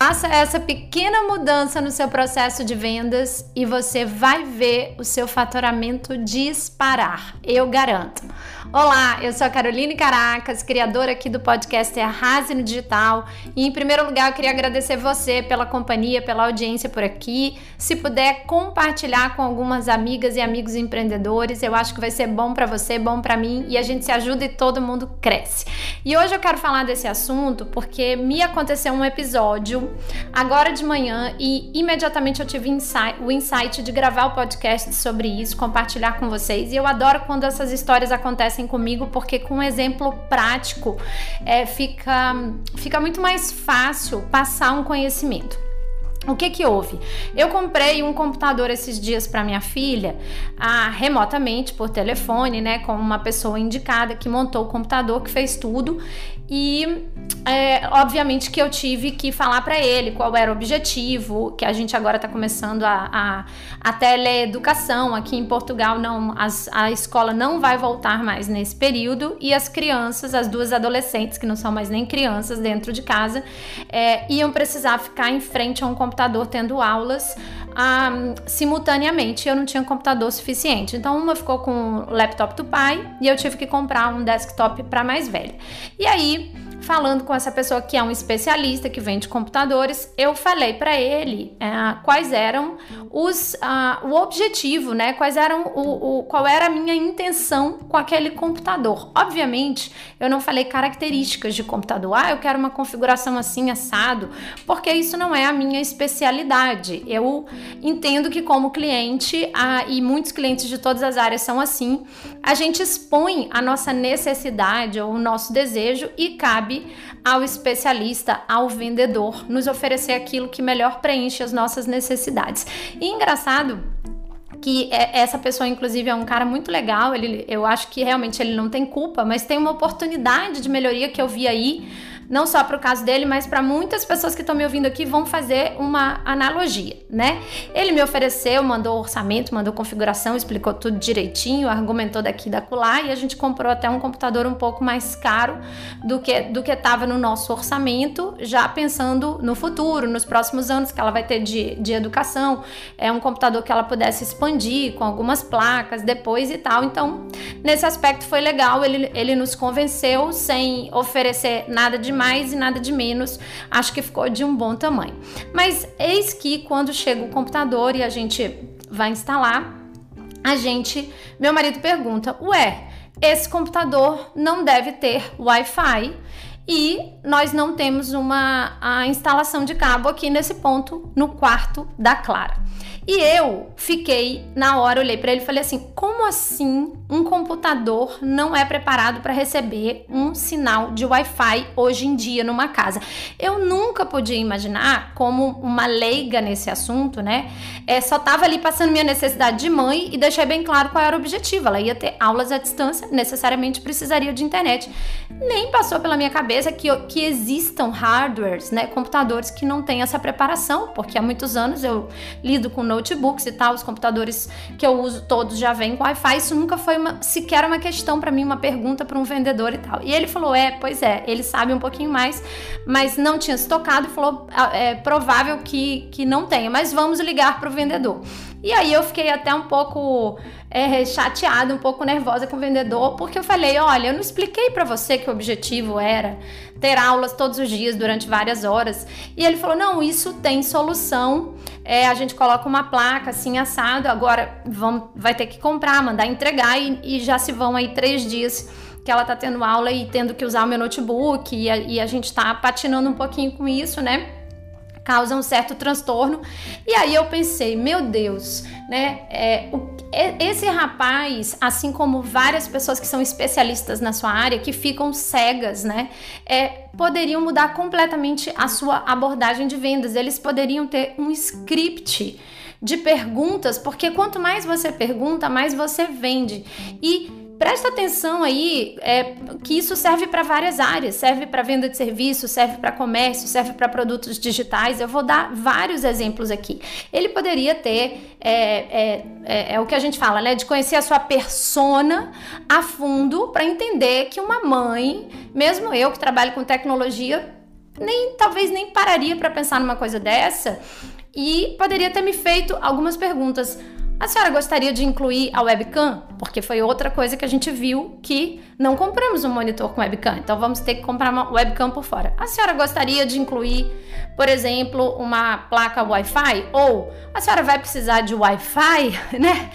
Faça essa pequena mudança no seu processo de vendas e você vai ver o seu faturamento disparar, eu garanto. Olá, eu sou a Caroline Caracas, criadora aqui do podcast Arrase no Digital, e em primeiro lugar eu queria agradecer você pela companhia, pela audiência por aqui. Se puder compartilhar com algumas amigas e amigos empreendedores, eu acho que vai ser bom para você, bom para mim, e a gente se ajuda e todo mundo cresce. E hoje eu quero falar desse assunto porque me aconteceu um episódio agora de manhã e imediatamente eu tive o insight de gravar o podcast sobre isso, compartilhar com vocês, e eu adoro quando essas histórias acontecem comigo, porque com um exemplo prático fica muito mais fácil passar um conhecimento. O que houve? Eu comprei um computador esses dias para minha filha, remotamente, por telefone, né, com uma pessoa indicada que montou o computador, que fez tudo, e obviamente que eu tive que falar para ele qual era o objetivo, que a gente agora está começando a teleeducação aqui em Portugal, a escola não vai voltar mais nesse período, e as crianças, as duas adolescentes, que não são mais nem crianças dentro de casa, iam precisar ficar em frente a um computador tendo aulas simultaneamente. Eu não tinha computador suficiente, então uma ficou com o laptop do pai e eu tive que comprar um desktop para mais velha. E aí, falando com essa pessoa que é um especialista que vende computadores, eu falei para ele quais eram o objetivo, né? Qual era a minha intenção com aquele computador. Obviamente, eu não falei características de computador. Eu quero uma configuração assim, assado, porque isso não é a minha especialidade. Eu entendo que como cliente, e muitos clientes de todas as áreas são assim, a gente expõe a nossa necessidade ou o nosso desejo e cabe ao especialista, ao vendedor, nos oferecer aquilo que melhor preenche as nossas necessidades. E engraçado que essa pessoa, inclusive, é um cara muito legal. Eu acho que realmente ele não tem culpa, mas tem uma oportunidade de melhoria que eu vi aí, não só para o caso dele, mas para muitas pessoas que estão me ouvindo aqui vão fazer uma analogia, né? Ele me ofereceu, mandou orçamento, mandou configuração, explicou tudo direitinho, argumentou daqui e da acolá, e a gente comprou até um computador um pouco mais caro do que estava no nosso orçamento, já pensando no futuro, nos próximos anos que ela vai ter de educação. É um computador que ela pudesse expandir com algumas placas depois e tal. Então, nesse aspecto foi legal, ele nos convenceu sem oferecer nada de mais e nada de menos. Acho que ficou de um bom tamanho. Mas eis que quando chega o computador e a gente vai instalar, meu marido pergunta: esse computador não deve ter Wi-Fi e nós não temos a instalação de cabo aqui nesse ponto no quarto da Clara. E eu fiquei, na hora, olhei para ele e falei assim: como assim um computador não é preparado para receber um sinal de Wi-Fi hoje em dia numa casa? Eu nunca podia imaginar, como uma leiga nesse assunto, né? Só tava ali passando minha necessidade de mãe e deixei bem claro qual era o objetivo. Ela ia ter aulas à distância, necessariamente precisaria de internet. Nem passou pela minha cabeça que existam hardwares, né? Computadores que não têm essa preparação, porque há muitos anos eu lido com notebooks e tal, os computadores que eu uso todos já vêm com Wi-Fi. Isso nunca foi sequer uma questão para mim, uma pergunta para um vendedor e tal. E ele falou: pois é, ele sabe um pouquinho mais, mas não tinha se tocado, e falou: é provável que não tenha, mas vamos ligar para o vendedor. E aí eu fiquei até um pouco chateada, um pouco nervosa com o vendedor, porque eu falei: olha, eu não expliquei para você que o objetivo era ter aulas todos os dias durante várias horas. E ele falou: não, isso tem solução, a gente coloca uma placa assim assado, agora vai ter que comprar, mandar entregar, e já se vão aí 3 dias que ela tá tendo aula e tendo que usar o meu notebook, e a gente tá patinando um pouquinho com isso, né? Causa um certo transtorno. E aí eu pensei: meu Deus, né? Esse rapaz, assim como várias pessoas que são especialistas na sua área, que ficam cegas, né? Poderiam mudar completamente a sua abordagem de vendas. Eles poderiam ter um script de perguntas, porque quanto mais você pergunta, mais você vende. E presta atenção aí, que isso serve para várias áreas, serve para venda de serviço, serve para comércio, serve para produtos digitais. Eu vou dar vários exemplos aqui. Ele poderia ter, o que a gente fala, né, de conhecer a sua persona a fundo para entender que uma mãe, mesmo eu que trabalho com tecnologia, talvez nem pararia para pensar numa coisa dessa e poderia ter me feito algumas perguntas. A senhora gostaria de incluir a webcam? Porque foi outra coisa que a gente viu que não compramos um monitor com webcam, então vamos ter que comprar uma webcam por fora. A senhora gostaria de incluir, por exemplo, uma placa Wi-Fi? Ou a senhora vai precisar de Wi-Fi, né?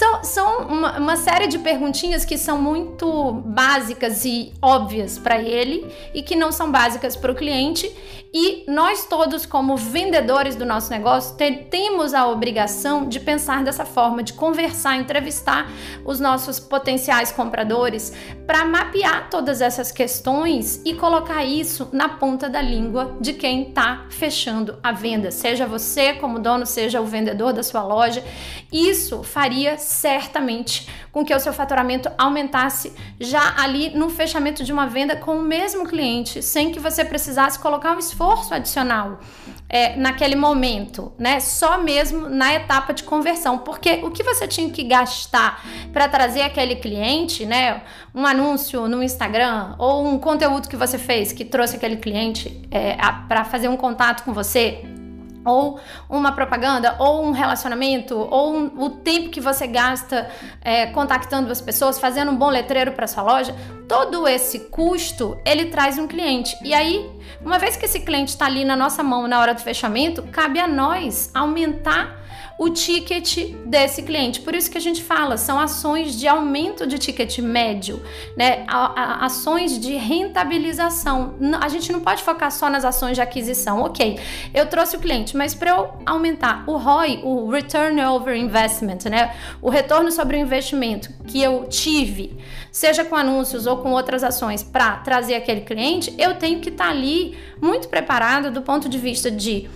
São uma série de perguntinhas que são muito básicas e óbvias para ele e que não são básicas para o cliente. E nós todos, como vendedores do nosso negócio, temos a obrigação de pensar dessa forma, de conversar, entrevistar os nossos potenciais compradores para mapear todas essas questões e colocar isso na ponta da língua de quem está fechando a venda, seja você como dono, seja o vendedor da sua loja. Isso faria certamente com que o seu faturamento aumentasse já ali no fechamento de uma venda com o mesmo cliente, sem que você precisasse colocar um esforço adicional naquele momento, né? Só mesmo na etapa de conversão, porque o que você tinha que gastar para trazer aquele cliente, né? Um anúncio no Instagram ou um conteúdo que você fez que trouxe aquele cliente para fazer um contato com você, ou uma propaganda, ou um relacionamento, ou o tempo que você gasta contactando as pessoas, fazendo um bom letreiro para sua loja, todo esse custo, ele traz um cliente. E aí, uma vez que esse cliente está ali na nossa mão na hora do fechamento, cabe a nós aumentar o ticket desse cliente. Por isso que a gente fala, são ações de aumento de ticket médio, né? Ações de rentabilização. A gente não pode focar só nas ações de aquisição. Ok, eu trouxe o cliente, mas para eu aumentar o ROI, o Return Over Investment, né? O retorno sobre o investimento que eu tive, seja com anúncios ou com outras ações, para trazer aquele cliente, eu tenho que estar ali muito preparado do ponto de vista de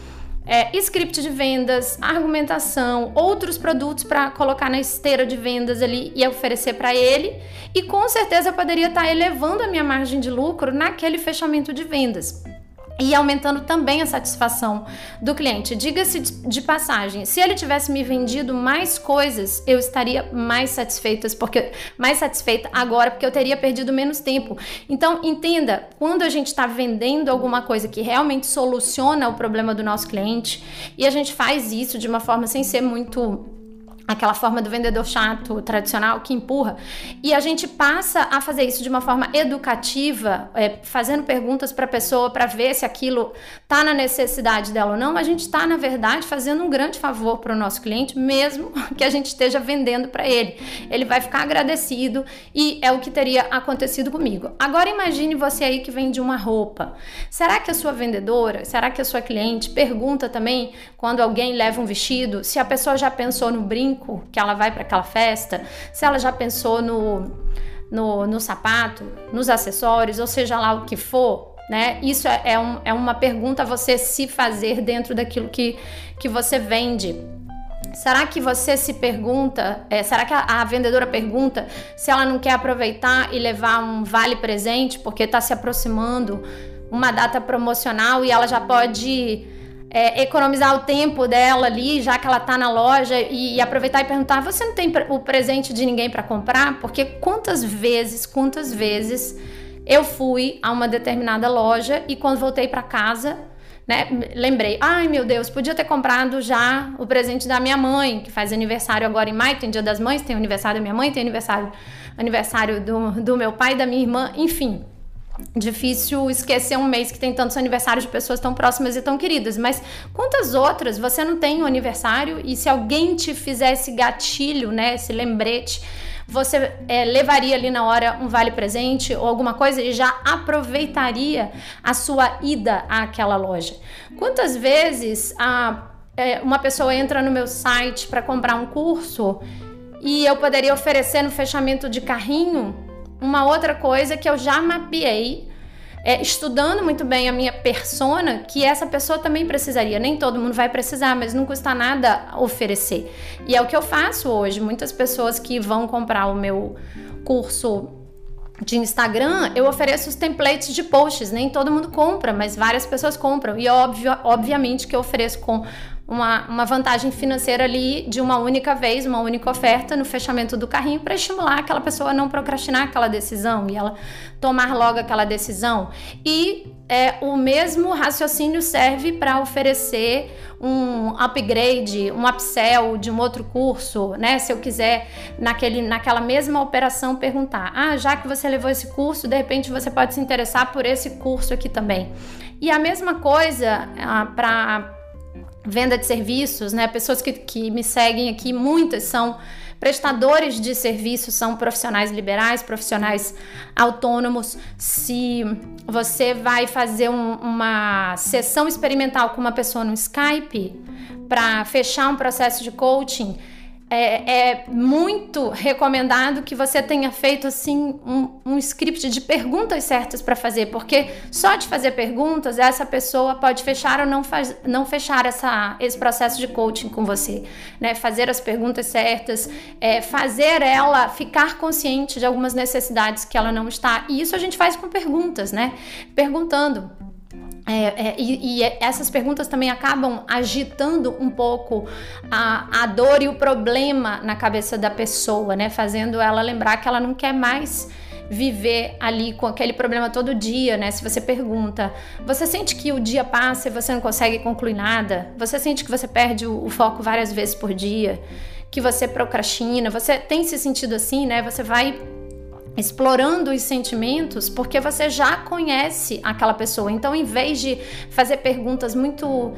script de vendas, argumentação, outros produtos para colocar na esteira de vendas ali e oferecer para ele, e com certeza eu poderia estar elevando a minha margem de lucro naquele fechamento de vendas e aumentando também a satisfação do cliente. Diga-se de passagem, se ele tivesse me vendido mais coisas, eu estaria mais satisfeita agora, porque eu teria perdido menos tempo. Então, entenda, quando a gente está vendendo alguma coisa que realmente soluciona o problema do nosso cliente, e a gente faz isso de uma forma sem ser muito aquela forma do vendedor chato, tradicional, que empurra, e a gente passa a fazer isso de uma forma educativa, fazendo perguntas para a pessoa para ver se aquilo está na necessidade dela ou não, a gente está, na verdade, fazendo um grande favor para o nosso cliente, mesmo que a gente esteja vendendo para ele. Ele vai ficar agradecido e é o que teria acontecido comigo. Agora imagine você aí que vende uma roupa. Será que a sua vendedora, será que a sua cliente pergunta também, quando alguém leva um vestido, se a pessoa já pensou no brinco que ela vai para aquela festa, se ela já pensou no sapato, nos acessórios, ou seja lá o que for, né? Isso é uma pergunta a você se fazer dentro daquilo que você vende. Será que você se pergunta, será que a vendedora pergunta se ela não quer aproveitar e levar um vale presente porque está se aproximando uma data promocional e ela já pode economizar o tempo dela ali, já que ela tá na loja, e aproveitar e perguntar: você não tem o presente de ninguém para comprar? Porque quantas vezes eu fui a uma determinada loja e quando voltei para casa, né, lembrei, ai meu Deus, podia ter comprado já o presente da minha mãe, que faz aniversário agora em maio, tem Dia das Mães, tem o aniversário da minha mãe, tem aniversário do meu pai e da minha irmã, enfim. Difícil esquecer um mês que tem tantos aniversários de pessoas tão próximas e tão queridas, mas quantas outras você não tem um aniversário e se alguém te fizer esse gatilho, né, esse lembrete, você levaria ali na hora um vale presente ou alguma coisa e já aproveitaria a sua ida àquela loja. Quantas vezes uma pessoa entra no meu site para comprar um curso e eu poderia oferecer no fechamento de carrinho uma outra coisa que eu já mapeei, estudando muito bem a minha persona, que essa pessoa também precisaria. Nem todo mundo vai precisar, mas não custa nada oferecer. E é o que eu faço hoje. Muitas pessoas que vão comprar o meu curso de Instagram, eu ofereço os templates de posts. Nem todo mundo compra, mas várias pessoas compram. E obviamente que eu ofereço com uma vantagem financeira ali de uma única vez, uma única oferta no fechamento do carrinho para estimular aquela pessoa a não procrastinar aquela decisão e ela tomar logo aquela decisão. E o mesmo raciocínio serve para oferecer um upgrade, um upsell de um outro curso, né? Se eu quiser naquela mesma operação perguntar, já que você levou esse curso, de repente você pode se interessar por esse curso aqui também. E a mesma coisa para venda de serviços, né? Pessoas que me seguem aqui, muitas são prestadores de serviços, são profissionais liberais, profissionais autônomos. Se você vai fazer uma sessão experimental com uma pessoa no Skype para fechar um processo de coaching, é muito recomendado que você tenha feito assim um script de perguntas certas para fazer, porque só de fazer perguntas essa pessoa pode fechar ou não fechar esse processo de coaching com você, né? Fazer as perguntas certas, fazer ela ficar consciente de algumas necessidades que ela não está, e isso a gente faz com perguntas, né? Perguntando. E essas perguntas também acabam agitando um pouco a dor e o problema na cabeça da pessoa, né? Fazendo ela lembrar que ela não quer mais viver ali com aquele problema todo dia, né? Se você pergunta, você sente que o dia passa e você não consegue concluir nada? Você sente que você perde o foco várias vezes por dia? Que você procrastina? Você tem se sentido assim, né? Você vai explorando os sentimentos porque você já conhece aquela pessoa. Então, em vez de fazer perguntas muito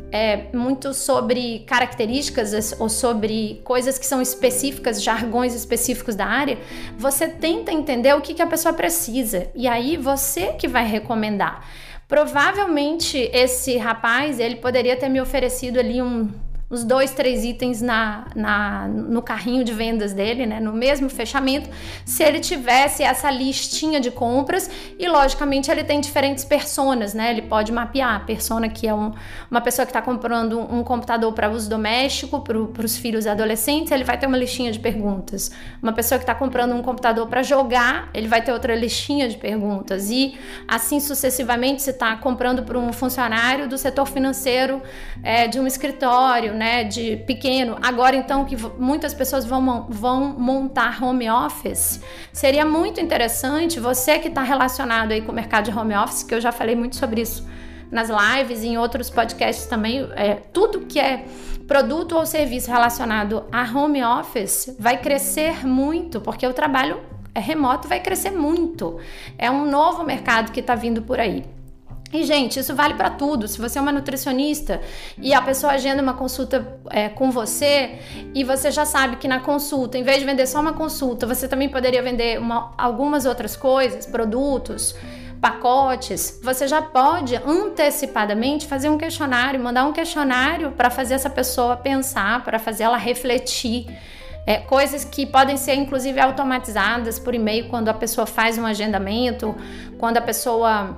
sobre características ou sobre coisas que são específicas, jargões específicos da área, você tenta entender o que a pessoa precisa. E aí, você que vai recomendar. Provavelmente, esse rapaz, ele poderia ter me oferecido ali uns 2, 3 itens no carrinho de vendas dele, né, no mesmo fechamento, se ele tivesse essa listinha de compras. E logicamente ele tem diferentes personas, né? Ele pode mapear a persona que é uma pessoa que está comprando um computador para uso doméstico, para os filhos adolescentes, ele vai ter uma listinha de perguntas. Uma pessoa que está comprando um computador para jogar, ele vai ter outra listinha de perguntas, e assim sucessivamente. Se está comprando para um funcionário do setor financeiro de um escritório, né, de pequeno, agora então que muitas pessoas vão montar home office, seria muito interessante você que está relacionado aí com o mercado de home office, que eu já falei muito sobre isso nas lives e em outros podcasts também, tudo que é produto ou serviço relacionado a home office vai crescer muito, porque o trabalho remoto vai crescer muito, é um novo mercado que está vindo por aí. E, gente, isso vale para tudo. Se você é uma nutricionista e a pessoa agenda uma consulta com você, e você já sabe que na consulta, em vez de vender só uma consulta, você também poderia vender algumas outras coisas, produtos, pacotes, você já pode antecipadamente fazer um questionário, mandar um questionário para fazer essa pessoa pensar, para fazer ela refletir. Coisas que podem ser inclusive automatizadas por e-mail quando a pessoa faz um agendamento, quando a pessoa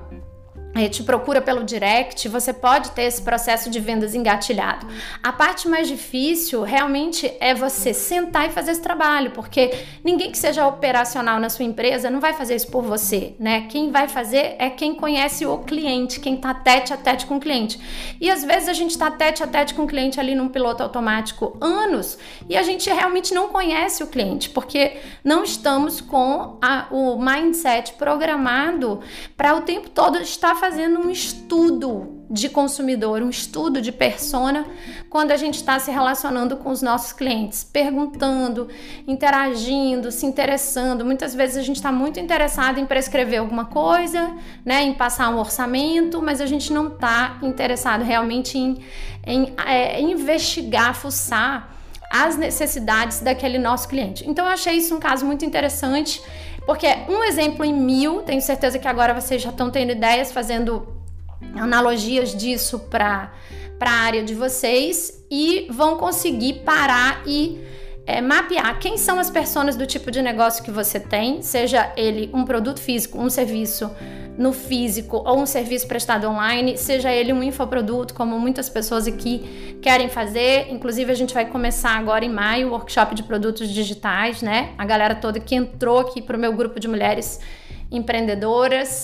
te procura pelo direct, você pode ter esse processo de vendas engatilhado. A parte mais difícil realmente é você sentar e fazer esse trabalho, porque ninguém que seja operacional na sua empresa não vai fazer isso por você, né? Quem vai fazer é quem conhece o cliente, quem tá tete a tete com o cliente. E às vezes a gente tá tete a tete com o cliente ali num piloto automático anos, e a gente realmente não conhece o cliente, porque não estamos com o mindset programado para o tempo todo estar fazendo um estudo de consumidor, um estudo de persona, quando a gente está se relacionando com os nossos clientes, perguntando, interagindo, se interessando. Muitas vezes a gente está muito interessado em prescrever alguma coisa, né, em passar um orçamento, mas a gente não está interessado realmente em investigar, fuçar as necessidades daquele nosso cliente. Então eu achei isso um caso muito interessante, porque é um exemplo em 1000, tenho certeza que agora vocês já estão tendo ideias, fazendo analogias disso para a área de vocês, e vão conseguir parar e mapear quem são as personas do tipo de negócio que você tem, seja ele um produto físico, um serviço no físico ou um serviço prestado online, seja ele um infoproduto, como muitas pessoas aqui querem fazer. Inclusive a gente vai começar agora em maio o workshop de produtos digitais, né? A galera toda que entrou aqui para o meu grupo de mulheres empreendedoras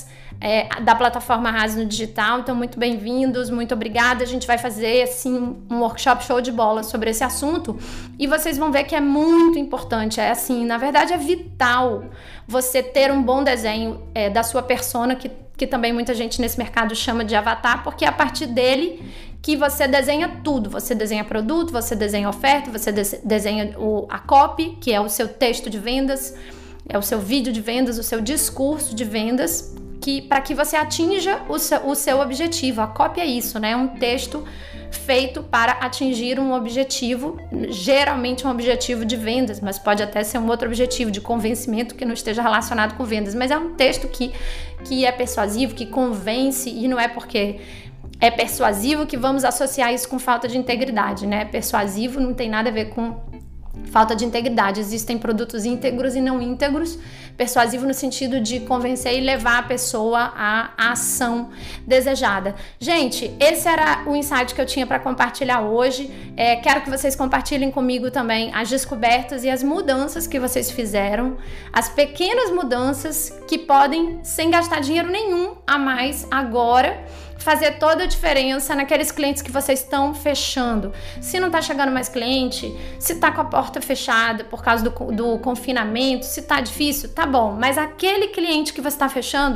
da plataforma Arrase no Digital, então muito bem-vindos, muito obrigada. A gente vai fazer assim um workshop show de bola sobre esse assunto e vocês vão ver que é muito importante, assim, na verdade é vital você ter um bom desenho da sua persona, que também muita gente nesse mercado chama de avatar, porque é a partir dele que você desenha tudo. Você desenha produto, você desenha oferta, você desenha a copy, que é o seu texto de vendas, é o seu vídeo de vendas, o seu discurso de vendas, para que você atinja o seu objetivo. A copy é isso, né? É um texto feito para atingir um objetivo, geralmente um objetivo de vendas, mas pode até ser um outro objetivo de convencimento que não esteja relacionado com vendas, mas é um texto que é persuasivo, que convence, e não é porque é persuasivo que vamos associar isso com falta de integridade, né? Persuasivo não tem nada a ver com falta de integridade. Existem produtos íntegros e não íntegros. Persuasivo no sentido de convencer e levar a pessoa à ação desejada. Gente, esse era o insight que eu tinha para compartilhar hoje. Quero que vocês compartilhem comigo também as descobertas e as mudanças que vocês fizeram, as pequenas mudanças que podem, sem gastar dinheiro nenhum a mais agora, fazer toda a diferença naqueles clientes que vocês estão fechando. Se não está chegando mais cliente, se está com a porta fechada por causa do confinamento, se está difícil, tá bom. Mas aquele cliente que você está fechando,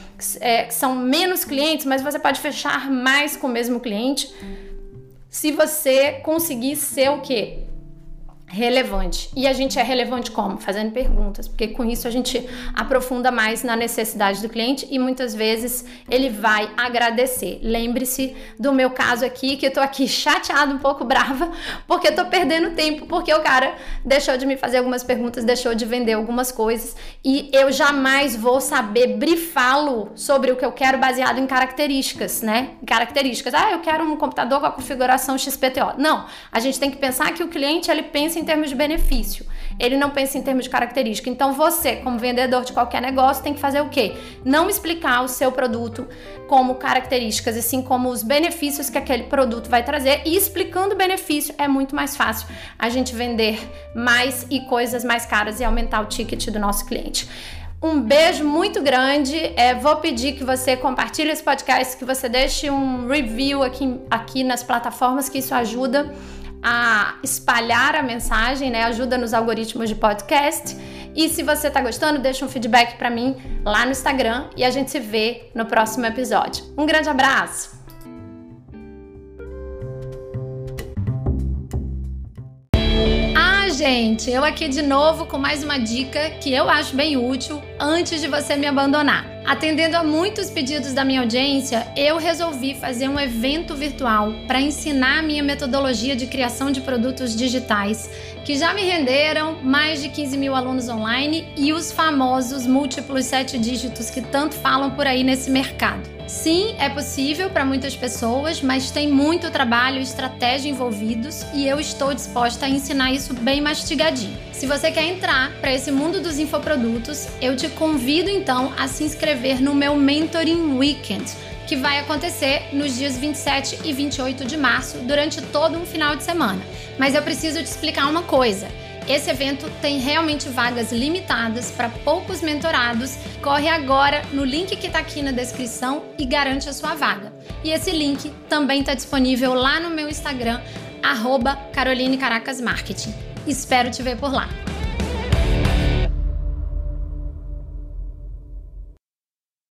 são menos clientes, mas você pode fechar mais com o mesmo cliente se você conseguir ser o quê? Relevante. E a gente é relevante como? Fazendo perguntas, porque com isso a gente aprofunda mais na necessidade do cliente e muitas vezes ele vai agradecer. Lembre-se do meu caso aqui, que eu tô aqui chateada, um pouco brava, porque eu tô perdendo tempo, porque o cara deixou de me fazer algumas perguntas, deixou de vender algumas coisas e eu jamais vou saber brifá-lo sobre o que eu quero baseado em características, né? Características. Eu quero um computador com a configuração XPTO. Não, a gente tem que pensar que o cliente, ele pensa em termos de benefício, ele não pensa em termos de característica. Então você, como vendedor de qualquer negócio, tem que fazer o quê? Não explicar o seu produto como características, e sim como os benefícios que aquele produto vai trazer, e explicando o benefício é muito mais fácil a gente vender mais e coisas mais caras e aumentar o ticket do nosso cliente. Um beijo muito grande, vou pedir que você compartilhe esse podcast, que você deixe um review aqui nas plataformas, que isso ajuda a espalhar a mensagem, né? Ajuda nos algoritmos de podcast. E se você tá gostando, deixa um feedback para mim lá no Instagram e a gente se vê no próximo episódio. Um grande abraço! Gente, eu aqui de novo com mais uma dica que eu acho bem útil antes de você me abandonar. Atendendo a muitos pedidos da minha audiência, eu resolvi fazer um evento virtual para ensinar a minha metodologia de criação de produtos digitais, que já me renderam mais de 15 mil alunos online e os famosos múltiplos 7 dígitos que tanto falam por aí nesse mercado. Sim, é possível para muitas pessoas, mas tem muito trabalho e estratégia envolvidos e eu estou disposta a ensinar isso bem mastigadinho. Se você quer entrar para esse mundo dos infoprodutos, eu te convido então a se inscrever no meu Mentoring Weekend, que vai acontecer nos dias 27 e 28 de março, durante todo um final de semana. Mas eu preciso te explicar uma coisa. Esse evento tem realmente vagas limitadas para poucos mentorados. Corre agora no link que está aqui na descrição e garante a sua vaga. E esse link também está disponível lá no meu Instagram, @CarolineCaracasMarketing. Espero te ver por lá.